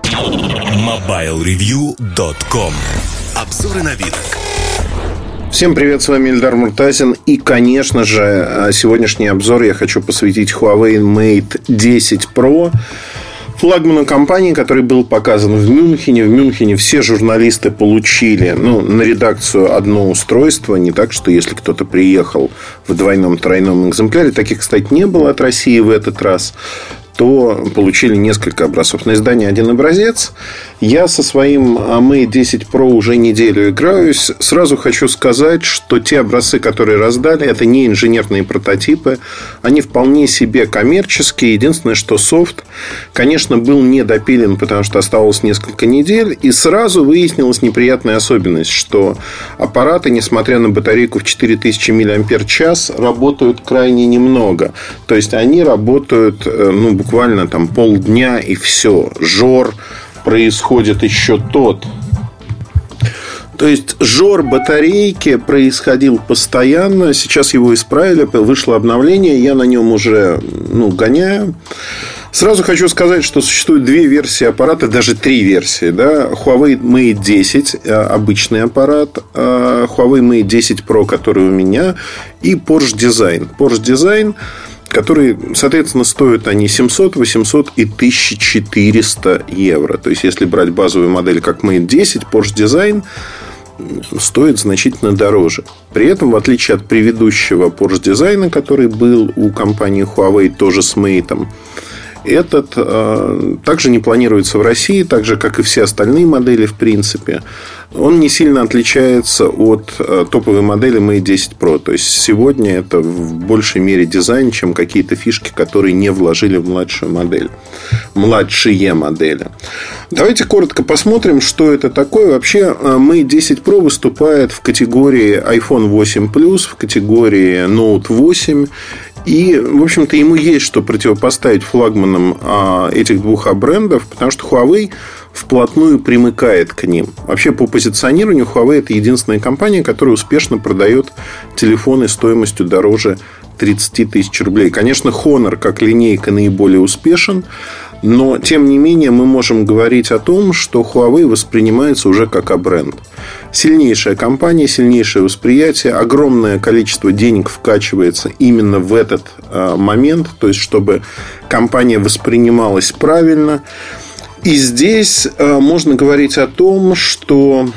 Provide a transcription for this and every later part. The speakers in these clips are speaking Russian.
MobileReview.com. Обзоры новинок. Всем привет, с вами Эльдар Муртазин. И, конечно же, сегодняшний обзор я хочу посвятить Huawei Mate 10 Pro, флагману компании, который был показан в Мюнхене. В Мюнхене все журналисты получили на редакцию одно устройство. Не так, что если кто-то приехал в двойном-тройном экземпляре, таких, кстати, не было от России в этот раз, то получили несколько образцов. На издание один образец. Я со своим Mate 10 Pro уже неделю играюсь. Сразу хочу сказать, что те образцы, которые раздали, это не инженерные прототипы. Они вполне себе коммерческие. Единственное, что софт, конечно, был недопилен, потому что оставалось несколько недель. И сразу выяснилась неприятная особенность, что аппараты, несмотря на батарейку в 4000 мАч, работают крайне немного. То есть они работают буквально там полдня, и все. Жор происходит еще тот. То есть жор батарейки происходил постоянно. Сейчас его исправили, вышло обновление. Я на нем уже гоняю. Сразу хочу сказать, что существует две версии аппарата, даже три версии. Huawei Mate 10 обычный аппарат, Huawei Mate 10 Pro, который у меня, и Porsche Design. Porsche Design, которые, соответственно, стоят они 700, 800 и 1400 евро. То есть, если брать базовую модель как Mate 10, Porsche Design стоит значительно дороже. При этом, в отличие от предыдущего Porsche Design, который был у компании Huawei, тоже с Mate, этот также не планируется в России, так же, как и все остальные модели, в принципе. Он не сильно отличается от топовой модели Mate 10 Pro. То есть, сегодня это в большей мере дизайн, чем какие-то фишки, которые не вложили в младшую модель. Младшие модели. Давайте коротко посмотрим, что это такое. Вообще, Mate 10 Pro выступает в категории iPhone 8 Plus, в категории Note 8. И, в общем-то, ему есть что противопоставить флагманам этих двух брендов, потому что Huawei вплотную примыкает к ним. Вообще, по позиционированию Huawei это единственная компания, которая успешно продает телефоны стоимостью дороже 30 тысяч рублей. Конечно, Honor как линейка наиболее успешен, но, тем не менее, мы можем говорить о том, что Huawei воспринимается уже как бренд. Сильнейшая компания, сильнейшее восприятие, огромное количество денег вкачивается именно в этот момент, то есть, чтобы компания воспринималась правильно. И здесь можно говорить о том, что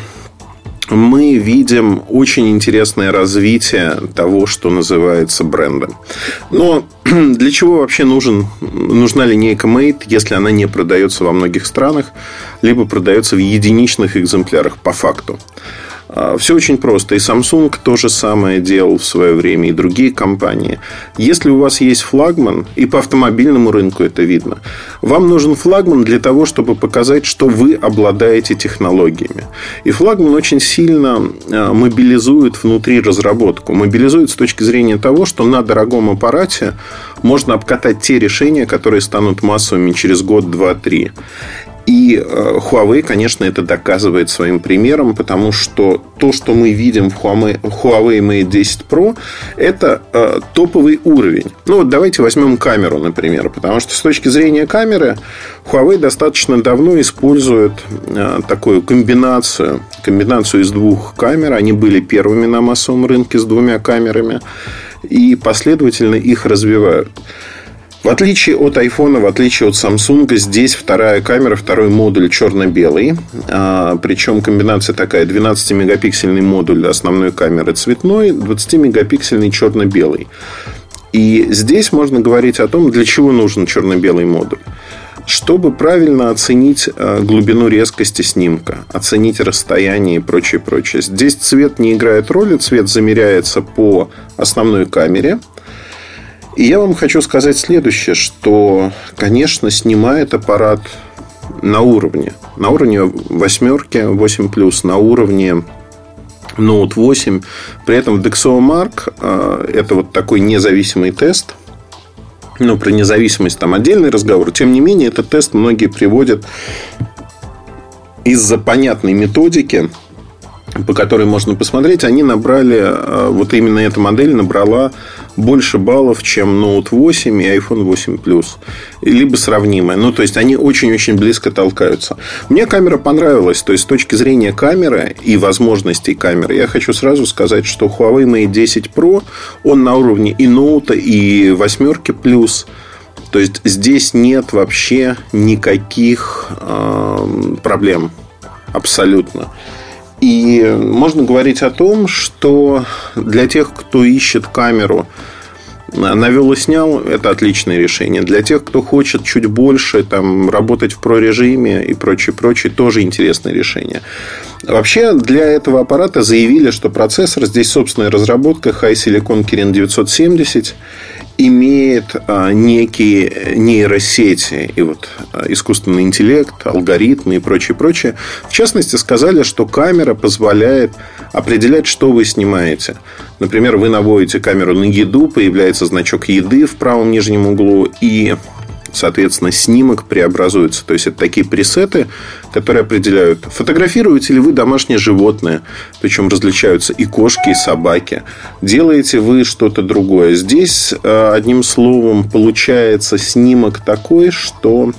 мы видим очень интересное развитие того, что называется брендом. Но для чего вообще нужна линейка Mate, если она не продается во многих странах, либо продается в единичных экземплярах по факту? Все очень просто. И Samsung то же самое делал в свое время, и другие компании. Если у вас есть флагман, и по автомобильному рынку это видно, вам нужен флагман для того, чтобы показать, что вы обладаете технологиями. И флагман очень сильно мобилизует внутри разработку. Мобилизует с точки зрения того, что на дорогом аппарате можно обкатать те решения, которые станут массовыми через год, два, три. И Huawei, конечно, это доказывает своим примером, потому что то, что мы видим в Huawei Mate 10 Pro, это топовый уровень. Давайте возьмем камеру, например. Потому что с точки зрения камеры Huawei достаточно давно использует такую комбинацию из двух камер. Они были первыми на массовом рынке с двумя камерами и последовательно их развивают. В отличие от iPhone, в отличие от Samsung, здесь вторая камера, второй модуль черно-белый. Причем комбинация такая: 12-мегапиксельный модуль основной камеры цветной, 20-мегапиксельный черно-белый. И здесь можно говорить о том, для чего нужен черно-белый модуль. Чтобы правильно оценить глубину резкости снимка, оценить расстояние и прочее, прочее. Здесь цвет не играет роли, цвет замеряется по основной камере. И я вам хочу сказать следующее, что, конечно, снимает аппарат на уровне восьмерки, 8 Plus, на уровне Note 8. При этом в DxOMark это вот такой независимый тест. Про независимость там отдельный разговор. Тем не менее, этот тест многие приводят из-за понятной методики, по которой можно посмотреть. Они набрали, вот именно эта модель набрала больше баллов, чем Note 8 и iPhone 8 Plus. Либо сравнимое. Ну, то есть, они очень-очень близко толкаются. Мне камера понравилась. То есть, с точки зрения камеры и возможностей камеры, я хочу сразу сказать, что Huawei Mate 10 Pro, он на уровне и Note, и 8 Plus. То есть, здесь нет вообще никаких проблем. Абсолютно. И можно говорить о том, что для тех, кто ищет камеру, навел и снял, это отличное решение. Для тех, кто хочет чуть больше там, работать в про-режиме и прочее, тоже интересное решение. Вообще, для этого аппарата заявили, что процессор, здесь собственная разработка High Silicon Kirin 970, имеет некие нейросети и вот искусственный интеллект, алгоритмы и прочее. В частности, сказали, что камера позволяет определять, что вы снимаете. Например, вы наводите камеру на еду, появляется значок еды в правом нижнем углу, и, соответственно, снимок преобразуется. То есть, это такие пресеты, которые определяют, фотографируете ли вы домашнее животное. Причем различаются и кошки, и собаки. Делаете вы что-то другое. Здесь, одним словом, получается снимок такой, что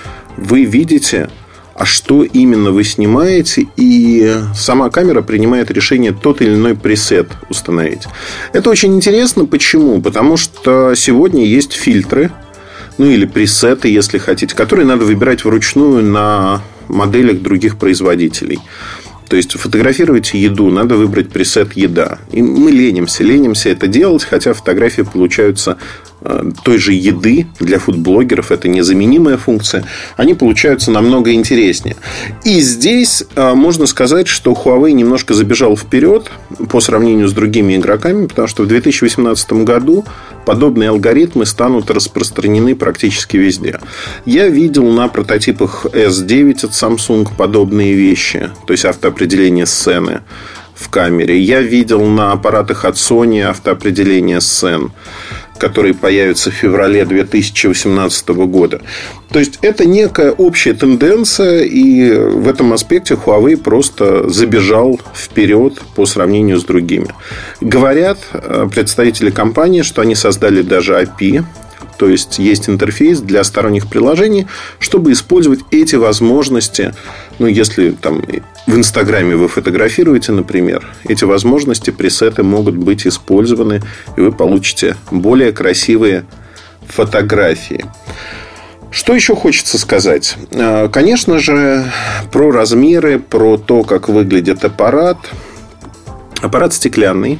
вы видите, а что именно вы снимаете, и сама камера принимает решение тот или иной пресет установить. Это очень интересно. Почему? Потому что сегодня есть фильтры, ну или пресеты, если хотите, которые надо выбирать вручную на моделях других производителей. То есть, фотографируете еду, надо выбрать пресет «Еда». И мы ленимся это делать, хотя фотографии получаются той же еды для фудблогеров. Это незаменимая функция. Они получаются намного интереснее. И здесь можно сказать, что Huawei немножко забежал вперед по сравнению с другими игроками, потому что в 2018 году подобные алгоритмы станут распространены практически везде. Я видел на прототипах S9 от Samsung подобные вещи. То есть, автоопределение сцены в камере. Я видел на аппаратах от Sony автоопределение сцен, которые появятся в феврале 2018 года. То есть, это некая общая тенденция, и в этом аспекте Huawei просто забежал вперед по сравнению с другими. Говорят представители компании, что они создали даже API, то есть, есть интерфейс для сторонних приложений, чтобы использовать эти возможности. Ну, если там в Инстаграме вы фотографируете, например, эти возможности, пресеты могут быть использованы, и вы получите более красивые фотографии. Что еще хочется сказать? Конечно же, про размеры, про то, как выглядит аппарат. Аппарат стеклянный.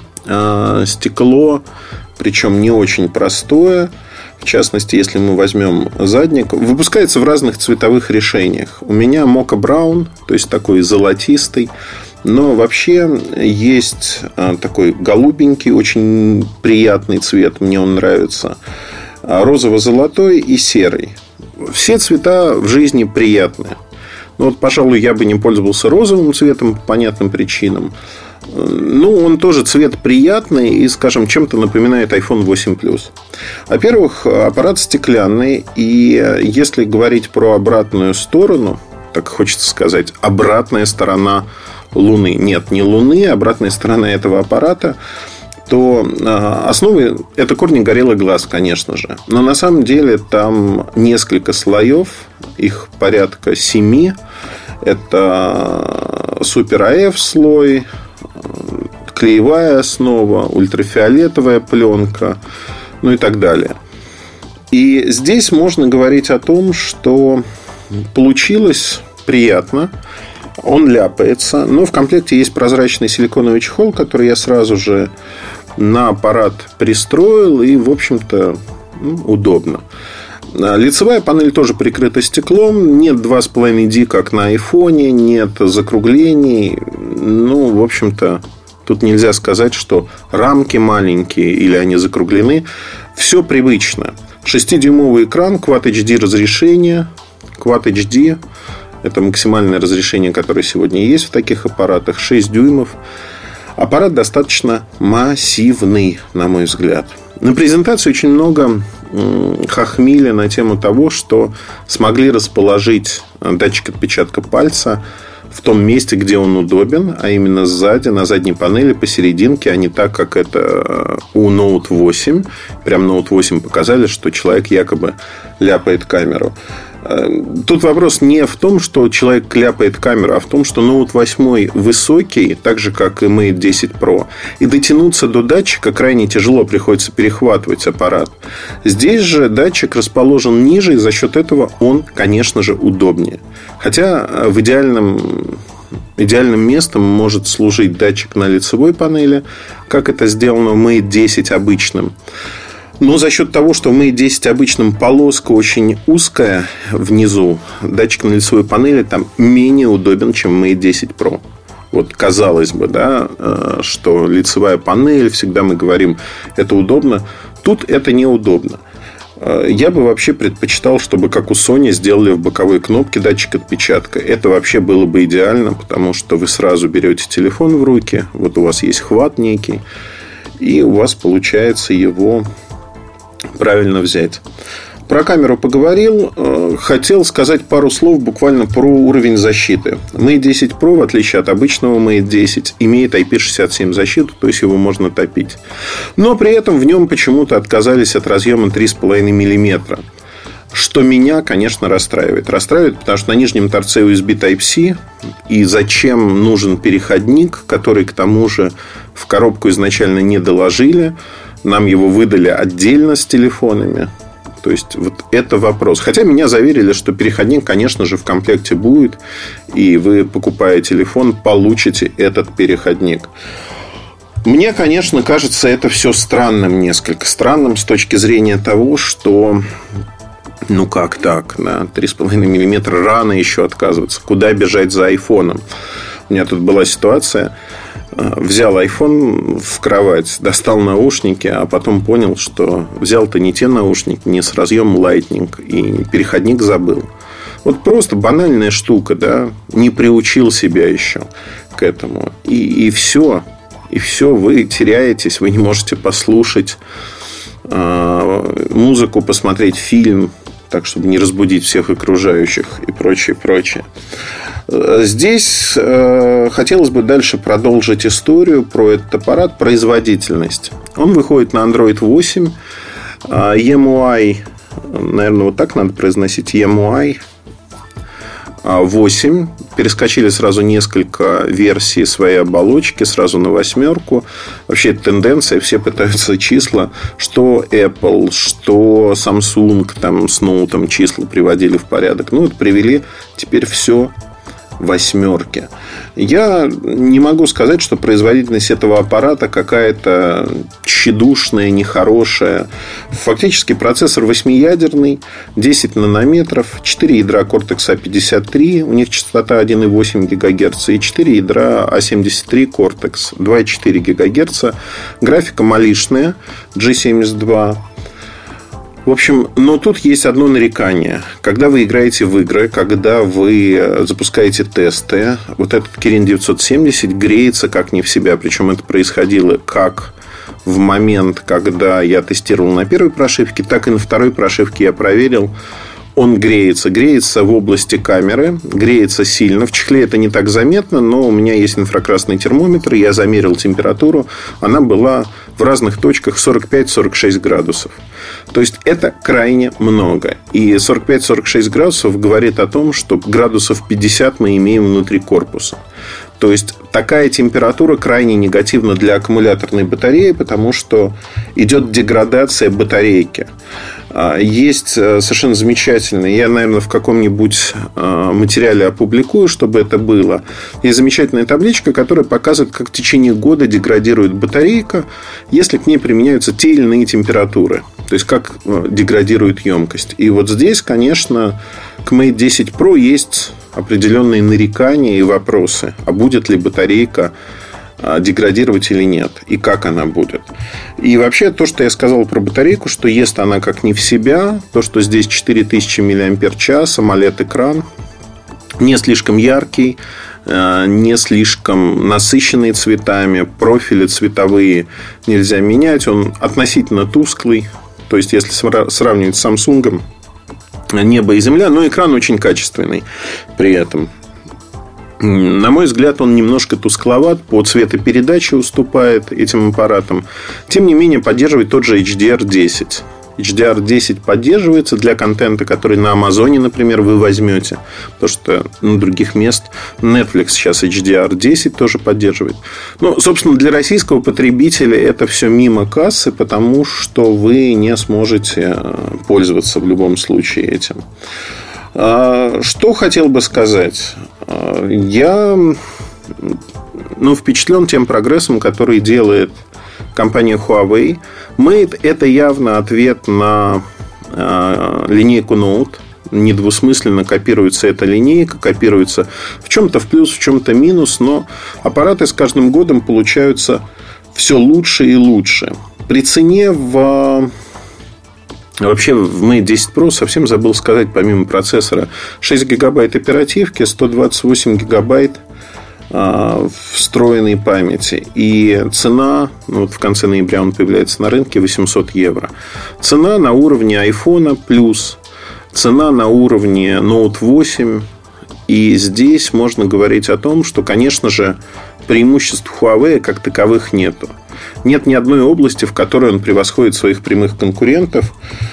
Стекло, причем не очень простое. В частности, если мы возьмем задник, выпускается в разных цветовых решениях. У меня Mocha Brown, то есть такой золотистый. Но вообще есть такой голубенький, очень приятный цвет. Мне он нравится. Розово-золотой и серый. Все цвета в жизни приятные. Но вот, пожалуй, я бы не пользовался розовым цветом по понятным причинам. Ну, он тоже цвет приятный и, скажем, чем-то напоминает iPhone 8 Plus. Во-первых, аппарат стеклянный. И если говорить про обратную сторону, так хочется сказать, обратная сторона Луны. Нет, не Луны, а обратная сторона этого аппарата, то основой это корни горелый глаз, конечно же. Но на самом деле там несколько слоев, их порядка 7. Это Super AF слой, клеевая основа, ультрафиолетовая пленка, ну и так далее. И здесь можно говорить о том, что получилось приятно. Он ляпается, но в комплекте есть прозрачный силиконовый чехол, который я сразу же на аппарат пристроил, и, в общем-то, удобно. Лицевая панель тоже прикрыта стеклом. Нет 2,5D, как на айфоне. Нет закруглений. Ну, в общем-то, тут нельзя сказать, что рамки маленькие или они закруглены. Все привычно. 6-дюймовый экран, Quad HD разрешение. Quad HD – это максимальное разрешение, которое сегодня есть в таких аппаратах. 6 дюймов. Аппарат достаточно массивный, на мой взгляд. На презентации очень много хохмили на тему того, что смогли расположить датчик отпечатка пальца в том месте, где он удобен, а именно сзади, на задней панели, посерединке, а не так, как это у Note 8. Прям Note 8 показали, что человек якобы ляпает камеру. Тут вопрос не в том, что человек кляпает камеру, а в том, что Note 8 высокий, так же, как и Mate 10 Pro. И дотянуться до датчика крайне тяжело, приходится перехватывать аппарат. Здесь же датчик расположен ниже, и за счет этого он, конечно же, удобнее. Хотя идеальным местом может служить датчик на лицевой панели, как это сделано в Mate 10 обычным. Но за счет того, что в Mate 10 обычном полоска очень узкая внизу, датчик на лицевой панели там менее удобен, чем в Mate 10 Pro. Вот казалось бы, да, что лицевая панель, всегда мы говорим, это удобно. Тут это неудобно. Я бы вообще предпочитал, чтобы, как у Sony, сделали в боковой кнопке датчик отпечатка. Это вообще было бы идеально, потому что вы сразу берете телефон в руки, вот у вас есть хват некий, и у вас получается его правильно взять. Про камеру поговорил. Хотел сказать пару слов буквально про уровень защиты. Mate 10 Pro, в отличие от обычного Mate 10, имеет IP67 защиту, то есть его можно топить. Но при этом в нем почему-то отказались от разъема 3,5 мм. Что меня, конечно, расстраивает. Расстраивает, потому что на нижнем торце USB Type-C. И зачем нужен переходник, который, к тому же, в коробку изначально не доложили. Нам его выдали отдельно с телефонами. То есть, вот это вопрос. Хотя меня заверили, что переходник, конечно же, в комплекте будет. И вы, покупая телефон, получите этот переходник. Мне, конечно, кажется, это все странным. Несколько странным с точки зрения того, что... Ну, как так? На 3,5 мм рано еще отказываться. Куда бежать за айфоном? У меня тут была ситуация... Взял iPhone в кровать, достал наушники, а потом понял, что взял-то не те наушники, не с разъемом Lightning, и переходник забыл. Вот просто банальная штука, да, не приучил себя еще к этому. И все. И все, вы теряетесь, вы не можете послушать музыку, посмотреть фильм, так, чтобы не разбудить всех окружающих и прочее, прочее. Здесь хотелось бы дальше продолжить историю про этот аппарат. Производительность. Он выходит на Android 8. EMUI, наверное, вот так надо произносить, EMUI 8. Перескочили сразу несколько версий своей оболочки, сразу на 8. Вообще это тенденция, все пытаются числа, что Apple, что Samsung там с ноутом числа приводили в порядок. Ну, вот привели теперь все 8. Я не могу сказать, что производительность этого аппарата какая-то тщедушная, нехорошая. Фактически процессор 8-ядерный, 10 нанометров, 4 ядра Cortex A53, у них частота 1,8 ГГц, и 4 ядра A73 Cortex, 2,4 ГГц. Графика малишная, G72. В общем, но тут есть одно нарекание. Когда вы играете в игры, когда вы запускаете тесты, вот этот Kirin 970 греется как не в себя. Причем это происходило как в момент, когда я тестировал на первой прошивке, так и на второй прошивке я проверил. Он греется. Греется в области камеры. Греется сильно. В чехле это не так заметно, но у меня есть инфракрасный термометр. Я замерил температуру. Она была в разных точках 45-46 градусов. То есть это крайне много. И 45-46 градусов говорит о том, что градусов 50 мы имеем внутри корпуса. То есть такая температура крайне негативна для аккумуляторной батареи, потому что идет деградация батарейки. Есть совершенно замечательный, я, наверное, в каком-нибудь материале опубликую, чтобы это было. Есть замечательная табличка, которая показывает, как в течение года деградирует батарейка, если к ней применяются те или иные температуры. То есть как деградирует емкость. И вот здесь, конечно, к Mate 10 Pro есть определенные нарекания и вопросы. А будет ли батарейка деградировать или нет, и как она будет. И вообще то, что я сказал про батарейку, что ест она как не в себя, то, что здесь 4000 мАч, AMOLED-экран, не слишком яркий, не слишком насыщенный цветами, профили цветовые нельзя менять, он относительно тусклый, то есть если сравнивать с Samsung, небо и земля, но экран очень качественный при этом. На мой взгляд, он немножко тускловат, по цветопередаче уступает этим аппаратам. Тем не менее, поддерживает тот же HDR10. HDR10 поддерживается для контента, который на Амазоне, например, вы возьмете. Потому что на других мест Netflix сейчас HDR10 тоже поддерживает. Ну, собственно, для российского потребителя это все мимо кассы, потому что вы не сможете пользоваться в любом случае этим. Что хотел бы сказать? Я впечатлен тем прогрессом, который делает компания Huawei. Mate – это явно ответ на линейку Note. Недвусмысленно копируется эта линейка, копируется в чем-то в плюс, в чем-то минус, но аппараты с каждым годом получаются все лучше и лучше. При цене вообще в Mate 10 Pro совсем забыл сказать, помимо процессора, 6 гигабайт оперативки, 128 гигабайт встроенной памяти. И цена, в конце ноября он появляется на рынке, 800 евро. Цена на уровне iPhone плюс цена на уровне Note 8. И здесь можно говорить о том, что, конечно же, преимуществ Huawei как таковых нету. Нет ни одной области, в которой он превосходит своих прямых конкурентов.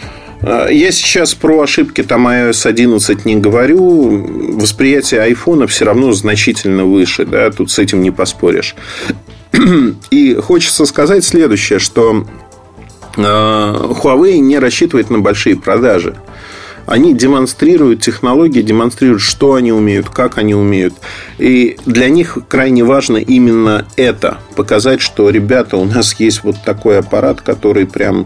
Я сейчас про ошибки iOS 11 не говорю. Восприятие айфона все равно значительно выше, да? Тут с этим не поспоришь. И хочется сказать следующее, что Huawei не рассчитывает на большие продажи. Они демонстрируют технологии, демонстрируют, что они умеют, как они умеют. И для них крайне важно именно это. Показать, что, ребята, у нас есть вот такой аппарат, который прям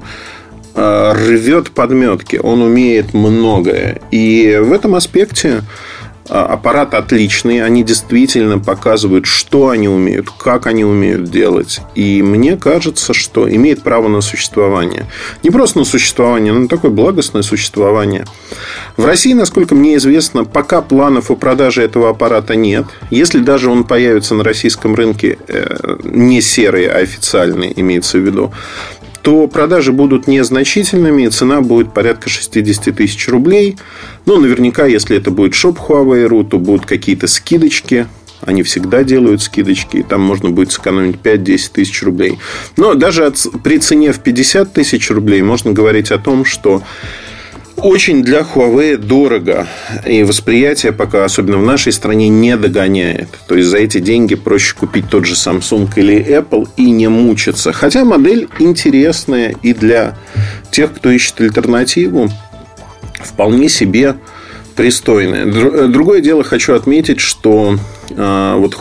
рвет подметки. Он умеет многое. И в этом аспекте аппарат отличный. Они действительно показывают, что они умеют, как они умеют делать. И мне кажется, что имеет право на существование. Не просто на существование, но на такое благостное существование. В России, насколько мне известно, пока планов о продаже этого аппарата нет. Если даже он появится на российском рынке не серый, а официальный, имеется в виду, то продажи будут незначительными, и цена будет порядка 60 тысяч рублей. Но наверняка, если это будет шоп Huawei.ru, то будут какие-то скидочки. Они всегда делают скидочки, и там можно будет сэкономить 5-10 тысяч рублей. Но даже при цене в 50 тысяч рублей можно говорить о том, что очень для Huawei дорого. И восприятие пока, особенно в нашей стране, не догоняет. То есть за эти деньги проще купить тот же Samsung или Apple и не мучиться. Хотя модель интересная и для тех, кто ищет альтернативу, вполне себе пристойная. Другое дело, хочу отметить, что вот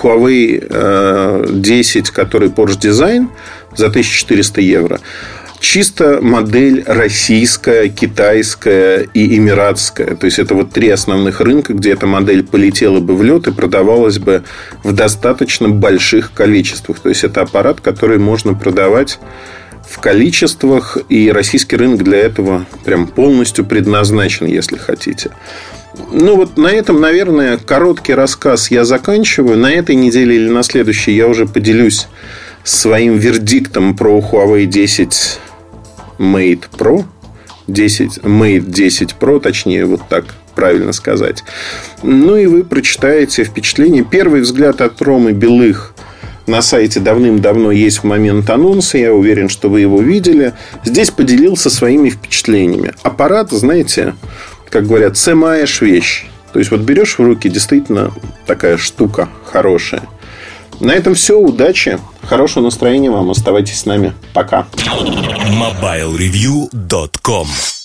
Huawei 10, который Porsche Design за 1400 евро, чисто модель российская, китайская и эмиратская. То есть это вот три основных рынка, где эта модель полетела бы в лед и продавалась бы в достаточно больших количествах. То есть это аппарат, который можно продавать в количествах, и российский рынок для этого прям полностью предназначен, если хотите. Вот на этом, наверное, короткий рассказ я заканчиваю. На этой неделе или на следующей я уже поделюсь своим вердиктом про Huawei 10 Mate Pro, Mate 10 Pro, точнее, вот так правильно сказать. И вы прочитаете впечатление. Первый взгляд от Ромы Белых на сайте давным-давно есть в момент анонса. Я уверен, что вы его видели. Здесь поделился своими впечатлениями. Аппарат, знаете, как говорят, це маєш вещь. То есть вот берешь в руки, действительно такая штука хорошая. На этом все. Удачи, хорошего настроения вам. Оставайтесь с нами. Пока. MobileReview.com